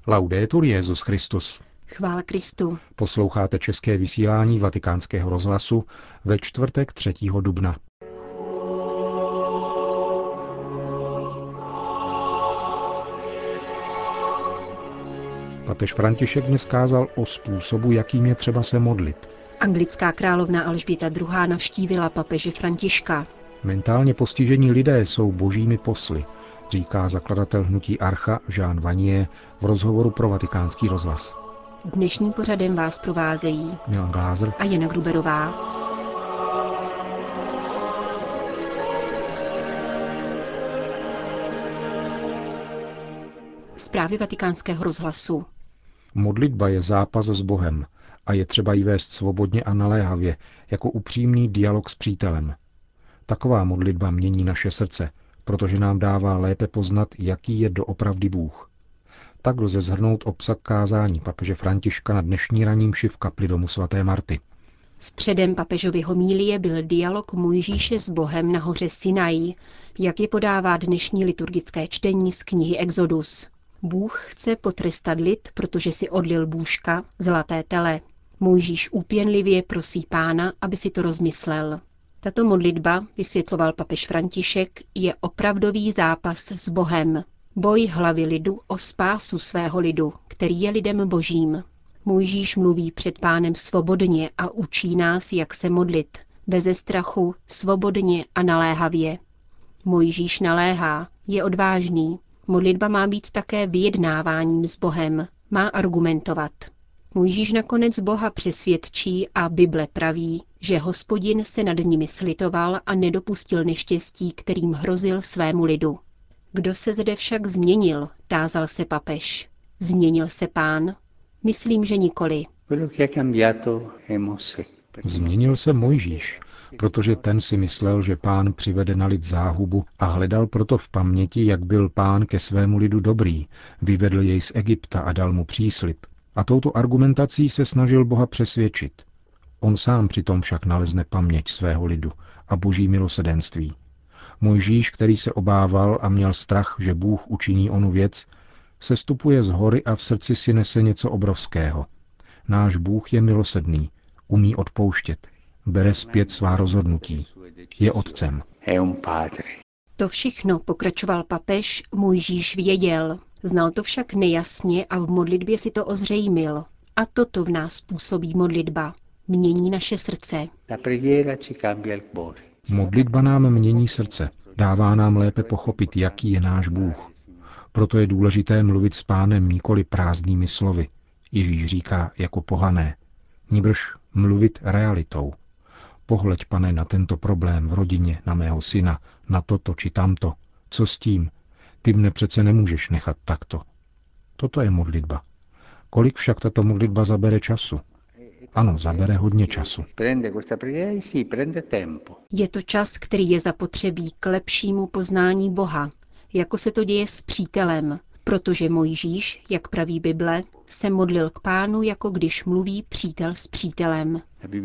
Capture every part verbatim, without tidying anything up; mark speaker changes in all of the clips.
Speaker 1: Laudetur Jesus Christus.
Speaker 2: Chvála Kristu.
Speaker 1: Posloucháte české vysílání Vatikánského rozhlasu ve čtvrtek třetího dubna. Papež František dnes kázal o způsobu, jakým je třeba se modlit.
Speaker 2: Anglická královna Alžběta druhá. Navštívila papeže Františka.
Speaker 1: Mentálně postižení lidé jsou božími posly, říká zakladatel hnutí Archa Jean Vanier v rozhovoru pro Vatikánský rozhlas.
Speaker 2: Dnešním pořadem vás provázejí
Speaker 1: Milan Glázer
Speaker 2: a Jana Gruberová. Zprávy Vatikánského rozhlasu.
Speaker 1: Modlitba je zápas s Bohem a je třeba ji vést svobodně a naléhavě, jako upřímný dialog s přítelem. Taková modlitba mění naše srdce, protože nám dává lépe poznat, jaký je doopravdy Bůh. Tak lze shrnout obsah kázání papeže Františka na dnešní ranní mši v kapli domu svaté Marty.
Speaker 2: Středem papežovy homílie byl dialog Mojžíše s Bohem na hoře Sinaj, jak je podává dnešní liturgické čtení z knihy Exodus. Bůh chce potrestat lid, protože si odlil bůžka, zlaté tele. Mojžíš úpěnlivě prosí Pána, aby si to rozmyslel. Tato modlitba, vysvětloval papež František, je opravdový zápas s Bohem. Boj hlavy lidu o spásu svého lidu, který je lidem božím. Mojžíš mluví před Pánem svobodně a učí nás, jak se modlit. Beze strachu, svobodně a naléhavě. Mojžíš naléhá, je odvážný. Modlitba má být také vyjednáváním s Bohem. Má argumentovat. Mojžíš nakonec Boha přesvědčí a Bible praví, že Hospodin se nad nimi slitoval a nedopustil neštěstí, kterým hrozil svému lidu. Kdo se zde však změnil, tázal se papež. Změnil se Pán? Myslím, že nikoli.
Speaker 1: Změnil se Mojžíš, protože ten si myslel, že Pán přivede na lid záhubu a hledal proto v paměti, jak byl Pán ke svému lidu dobrý, vyvedl jej z Egypta a dal mu příslib. A touto argumentací se snažil Boha přesvědčit. On sám přitom však nalezne paměť svého lidu a boží milosedenství. Mojžíš, který se obával a měl strach, že Bůh učiní onu věc, sestupuje z hory a v srdci si nese něco obrovského. Náš Bůh je milosrdný, umí odpouštět, bere zpět svá rozhodnutí, je otcem.
Speaker 2: To všechno, pokračoval papež, Mojžíš věděl. Znal to však nejasně a v modlitbě si to ozřejmil. A toto v nás působí modlitba. Mění naše srdce.
Speaker 1: Modlitba nám mění srdce, dává nám lépe pochopit, jaký je náš Bůh. Proto je důležité mluvit s Pánem nikoli prázdnými slovy. Ježíš říká jako pohané. Níbrž mluvit realitou. Pohleď, Pane, na tento problém v rodině, na mého syna, na toto či tamto. Co s tím? Ty mne přece nemůžeš nechat takto. Toto je modlitba. Kolik však tato modlitba zabere času? Ano, zabere hodně času.
Speaker 2: Je to čas, který je zapotřebí k lepšímu poznání Boha, jako se to děje s přítelem, protože Mojžíš, jak praví Bible, se modlil k Pánu, jako když mluví přítel s přítelem.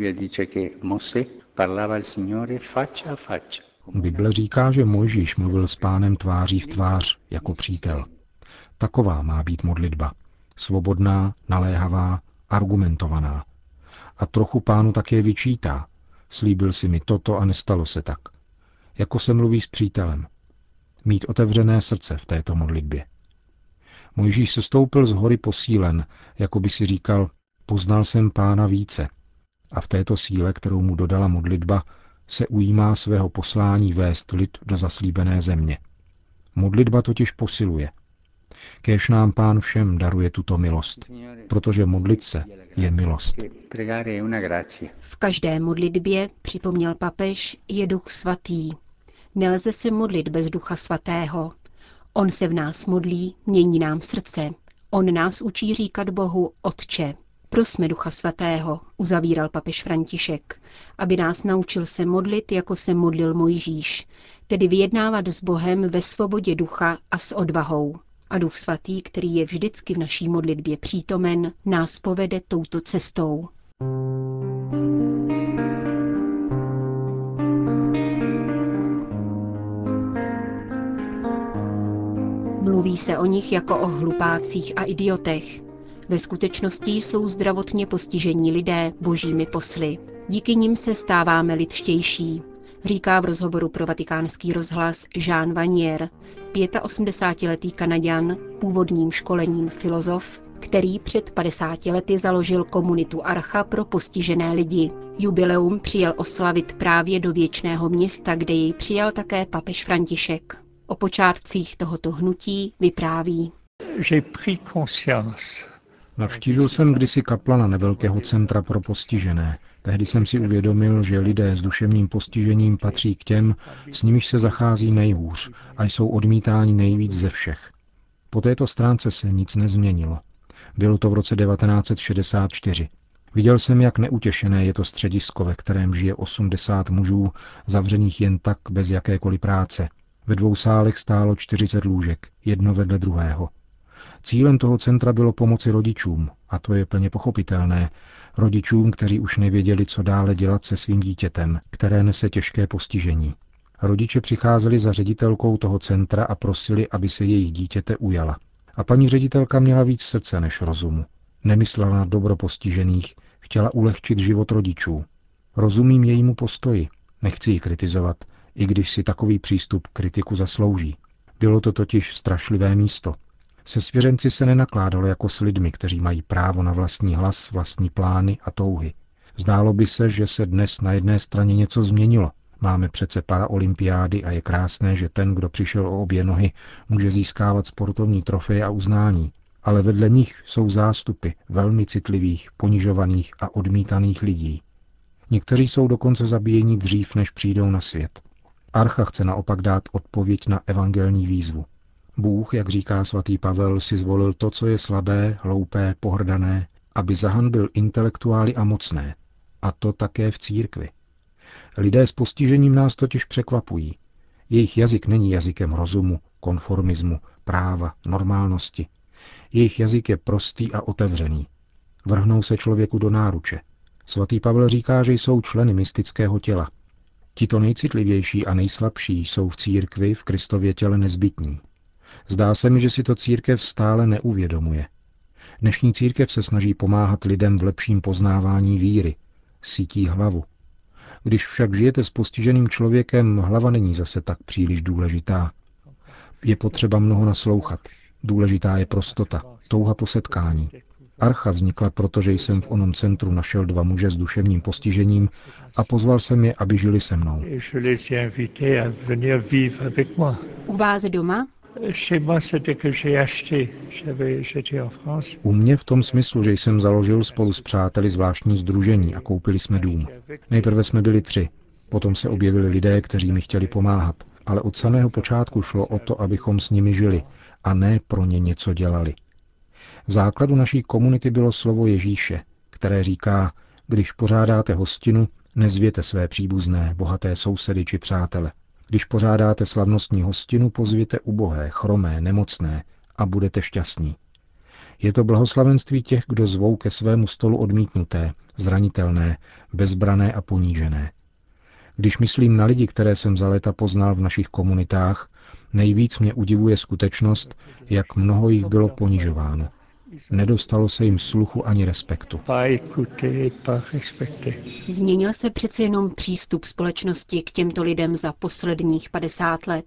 Speaker 1: Bible říká, že Mojžíš mluvil s Pánem tváří v tvář, jako přítel. Taková má být modlitba. Svobodná, naléhavá, argumentovaná. A trochu Pánu také vyčítá. Slíbil si mi toto a nestalo se tak. Jako se mluví s přítelem. Mít otevřené srdce v této modlitbě. Mojžíš se stoupil z hory posílen, jako by si říkal, poznal jsem Pána více. A v této síle, kterou mu dodala modlitba, se ujímá svého poslání vést lid do zaslíbené země. Modlitba totiž posiluje. Kéž nám Pán všem daruje tuto milost, protože modlit se je milost.
Speaker 2: V každé modlitbě, připomněl papež, je Duch Svatý. Nelze se modlit bez Ducha Svatého. On se v nás modlí, mění nám srdce. On nás učí říkat Bohu Otče. Prosme Ducha Svatého, uzavíral papež František, aby nás naučil se modlit, jako se modlil Mojžíš, tedy vyjednávat s Bohem ve svobodě ducha a s odvahou. A Duch Svatý, který je vždycky v naší modlitbě přítomen, nás povede touto cestou. Mluví se o nich jako o hlupácích a idiotech. Ve skutečnosti jsou zdravotně postižení lidé božími posly. Díky nim se stáváme lidštější, říká v rozhovoru pro Vatikánský rozhlas Jean Vanier, osmdesátiletý Kanaďan, původním školením filozof, který před padesáti lety založil komunitu Archa pro postižené lidi. Jubileum přijel oslavit právě do Věčného Města, kde jej přijal také papež František. O počátcích tohoto hnutí vypráví.
Speaker 1: Navštívil jsem kdysi kaplana nevelkého centra pro postižené. Tehdy jsem si uvědomil, že lidé s duševním postižením patří k těm, s nimiž se zachází nejhůř a jsou odmítáni nejvíc ze všech. Po této stránce se nic nezměnilo. Bylo to v roce devatenáct set šedesát čtyři. Viděl jsem, jak neutěšené je to středisko, ve kterém žije osmdesát mužů, zavřených jen tak bez jakékoliv práce. Ve dvou sálech stálo čtyřicet lůžek, jedno vedle druhého. Cílem toho centra bylo pomoci rodičům, a to je plně pochopitelné, rodičům, kteří už nevěděli, co dále dělat se svým dítětem, které nese těžké postižení. Rodiče přicházeli za ředitelkou toho centra a prosili, aby se jejich dítěte ujala. A paní ředitelka měla víc srdce než rozumu. Nemyslela na dobro postižených, chtěla ulehčit život rodičů. Rozumím jejímu postoji, nechci ji kritizovat, i když si takový přístup kritiku zaslouží. Bylo to totiž strašlivé místo. Se svěřenci se nenakládalo jako s lidmi, kteří mají právo na vlastní hlas, vlastní plány a touhy. Zdálo by se, že se dnes na jedné straně něco změnilo. Máme přece paraolympiády a je krásné, že ten, kdo přišel o obě nohy, může získávat sportovní trofeje a uznání. Ale vedle nich jsou zástupy velmi citlivých, ponižovaných a odmítaných lidí. Někteří jsou dokonce zabíjeni dřív, než přijdou na svět. Archa chce naopak dát odpověď na evangelní výzvu. Bůh, jak říká svatý Pavel, si zvolil to, co je slabé, hloupé, pohrdané, aby zahanbil intelektuály a mocné. A to také v církvi. Lidé s postižením nás totiž překvapují. Jejich jazyk není jazykem rozumu, konformismu, práva, normálnosti. Jejich jazyk je prostý a otevřený. Vrhnou se člověku do náruče. Svatý Pavel říká, že jsou členy mystického těla. Tito nejcitlivější a nejslabší jsou v církvi v Kristově těle nezbytní. Zdá se mi, že si to církev stále neuvědomuje. Dnešní církev se snaží pomáhat lidem v lepším poznávání víry, sítí hlavu. Když však žijete s postiženým člověkem, hlava není zase tak příliš důležitá. Je potřeba mnoho naslouchat. Důležitá je prostota, touha po setkání. Archa vznikla proto, že jsem v onom centru našel dva muže s duševním postižením a pozval jsem je, aby žili se mnou.
Speaker 2: U vás doma?
Speaker 1: U mě v tom smyslu, že jsem založil spolu s přáteli zvláštní sdružení a koupili jsme dům. Nejprve jsme byli tři, potom se objevili lidé, kteří mi chtěli pomáhat, ale od samého počátku šlo o to, abychom s nimi žili a ne pro ně něco dělali. V základu naší komunity bylo slovo Ježíše, které říká, když pořádáte hostinu, nezvěte své příbuzné, bohaté sousedy či přátele. Když pořádáte slavnostní hostinu, pozvěte ubohé, chromé, nemocné a budete šťastní. Je to blahoslavenství těch, kdo zvou ke svému stolu odmítnuté, zranitelné, bezbrané a ponížené. Když myslím na lidi, které jsem za léta poznal v našich komunitách, nejvíc mě udivuje skutečnost, jak mnoho jich bylo ponižováno. Nedostalo se jim sluchu ani respektu.
Speaker 2: Změnil se přece jenom přístup společnosti k těmto lidem za posledních padesát let.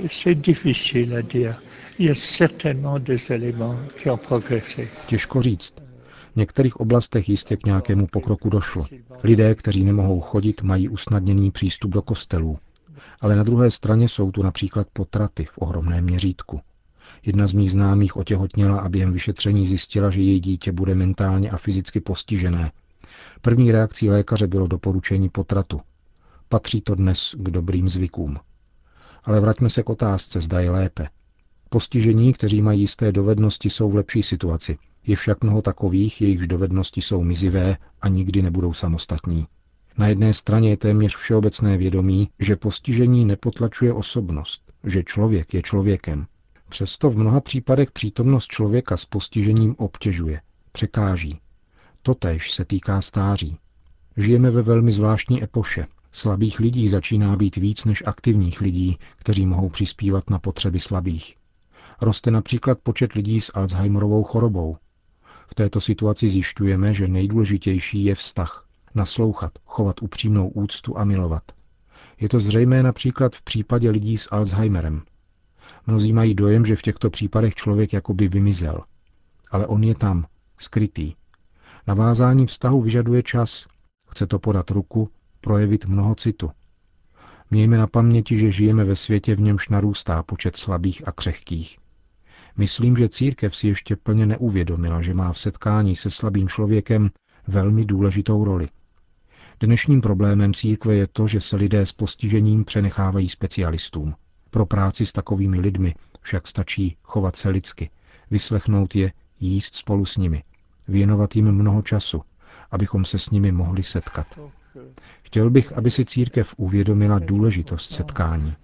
Speaker 1: Těžko říct. V některých oblastech jistě k nějakému pokroku došlo. Lidé, kteří nemohou chodit, mají usnadněný přístup do kostelů. Ale na druhé straně jsou tu například potraty v ohromném měřítku. Jedna z mých známých otěhotněla a během vyšetření zjistila, že její dítě bude mentálně a fyzicky postižené. První reakcí lékaře bylo doporučení potratu. Patří to dnes k dobrým zvykům. Ale vraťme se k otázce, zda je lépe. Postižení, kteří mají jisté dovednosti, jsou v lepší situaci. Je však mnoho takových, jejichž dovednosti jsou mizivé a nikdy nebudou samostatní. Na jedné straně je téměř všeobecné vědomí, že postižení nepotlačuje osobnost, že člověk je člověkem. Přesto v mnoha případech přítomnost člověka s postižením obtěžuje, překáží. Totéž se týká stáří. Žijeme ve velmi zvláštní epoše. Slabých lidí začíná být víc než aktivních lidí, kteří mohou přispívat na potřeby slabých. Roste například počet lidí s Alzheimerovou chorobou. V této situaci zjišťujeme, že nejdůležitější je vztah. Naslouchat, chovat upřímnou úctu a milovat. Je to zřejmé například v případě lidí s Alzheimerem. Mnozí mají dojem, že v těchto případech člověk jakoby vymizel. Ale on je tam, skrytý. Navázání vztahu vyžaduje čas. Chce to podat ruku, projevit mnoho citu. Mějme na paměti, že žijeme ve světě, v němž narůstá počet slabých a křehkých. Myslím, že církev si ještě plně neuvědomila, že má v setkání se slabým člověkem velmi důležitou roli. Dnešním problémem církve je to, že se lidé s postižením přenechávají specialistům. Pro práci s takovými lidmi však stačí chovat se lidsky, vyslechnout je, jíst spolu s nimi, věnovat jim mnoho času, abychom se s nimi mohli setkat. Chtěl bych, aby si církev uvědomila důležitost setkání.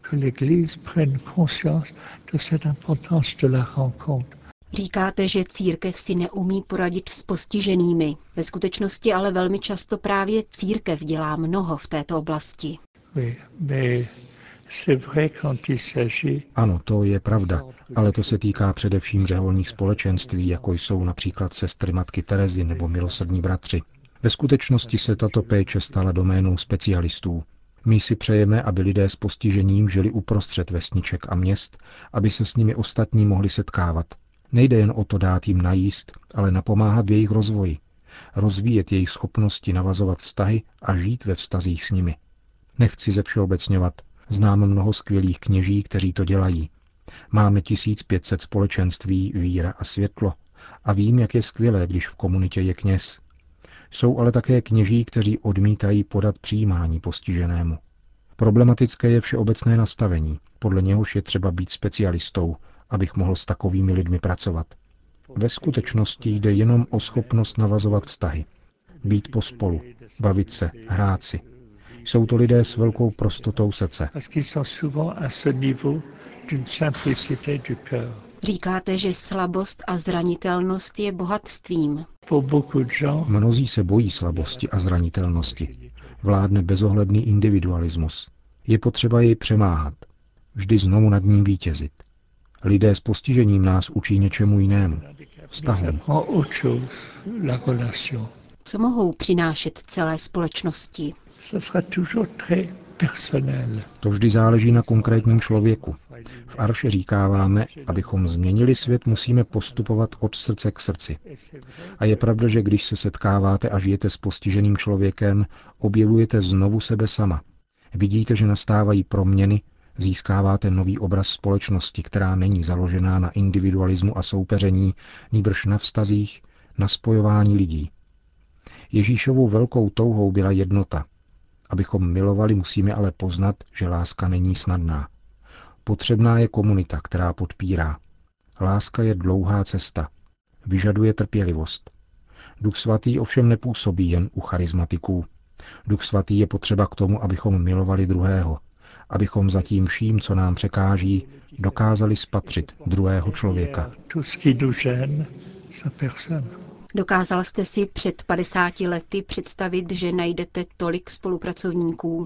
Speaker 2: Říkáte, že církev si neumí poradit s postiženými. Ve skutečnosti ale velmi často právě církev dělá mnoho v této oblasti.
Speaker 1: Ano, to je pravda, ale to se týká především řeholních společenství, jako jsou například sestry matky Terezy nebo milosrdní bratři. Ve skutečnosti se tato péče stala doménou specialistů. My si přejeme, aby lidé s postižením žili uprostřed vesniček a měst, aby se s nimi ostatní mohli setkávat. Nejde jen o to dát jim najíst, ale napomáhat v jejich rozvoji. Rozvíjet jejich schopnosti navazovat vztahy a žít ve vztazích s nimi. Nechci zevšeobecňovat. Znám mnoho skvělých kněží, kteří to dělají. Máme tisíc pět set společenství Víra a světlo a vím, jak je skvělé, když v komunitě je kněz. Jsou ale také kněží, kteří odmítají podat přijímání postiženému. Problematické je všeobecné nastavení, podle něhož je třeba být specialistou, abych mohl s takovými lidmi pracovat. Ve skutečnosti jde jenom o schopnost navazovat vztahy, být pospolu, bavit se, hrát si. Jsou to lidé s velkou prostotou srdce.
Speaker 2: Říkáte, že slabost a zranitelnost je bohatstvím.
Speaker 1: Mnozí se bojí slabosti a zranitelnosti. Vládne bezohledný individualismus. Je potřeba jej přemáhat. Vždy znovu nad ním vítězit. Lidé s postižením nás učí něčemu jinému. Vztahům.
Speaker 2: Co mohou přinášet celé společnosti?
Speaker 1: To vždy záleží na konkrétním člověku. V Arše říkáváme, abychom změnili svět, musíme postupovat od srdce k srdci. A je pravda, že když se setkáváte a žijete s postiženým člověkem, objevujete znovu sebe sama. Vidíte, že nastávají proměny, získáváte nový obraz společnosti, která není založená na individualismu a soupeření, nýbrž na vztazích, na spojování lidí. Ježíšovou velkou touhou byla jednota. Abychom milovali, musíme ale poznat, že láska není snadná. Potřebná je komunita, která podpírá. Láska je dlouhá cesta. Vyžaduje trpělivost. Duch svatý ovšem nepůsobí jen u charismatiků. Duch svatý je potřeba k tomu, abychom milovali druhého. Abychom za tím vším, co nám překáží, dokázali spatřit druhého člověka.
Speaker 2: Dokázal jste si před padesáti lety představit, že najdete tolik spolupracovníků?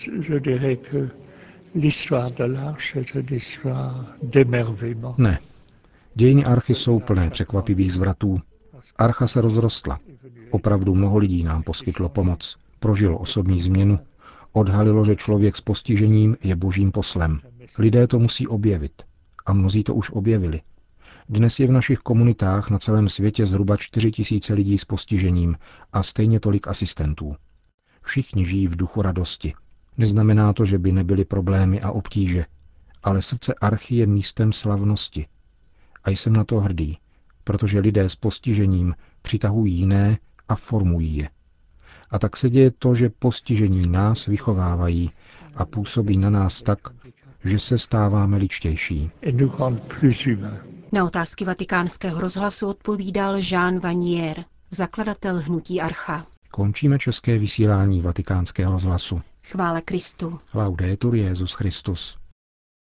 Speaker 1: Ne. Dějiny Archy jsou plné překvapivých zvratů. Archa se rozrostla. Opravdu mnoho lidí nám poskytlo pomoc. Prožilo osobní změnu. Odhalilo, že člověk s postižením je božím poslem. Lidé to musí objevit. A mnozí to už objevili. Dnes je v našich komunitách na celém světě zhruba čtyři tisíce lidí s postižením a stejně tolik asistentů. Všichni žijí v duchu radosti. Neznamená to, že by nebyly problémy a obtíže, ale srdce Archy je místem slavnosti. A jsem na to hrdý, protože lidé s postižením přitahují jiné a formují je. A tak se děje to, že postižení nás vychovávají a působí na nás tak, že se stáváme ličtější.
Speaker 2: Na otázky Vatikánského rozhlasu odpovídal Jean Vanier, zakladatel hnutí Archa.
Speaker 1: Končíme české vysílání Vatikánského rozhlasu.
Speaker 2: Chvála Kristu.
Speaker 1: Laudetur Jesus Christus.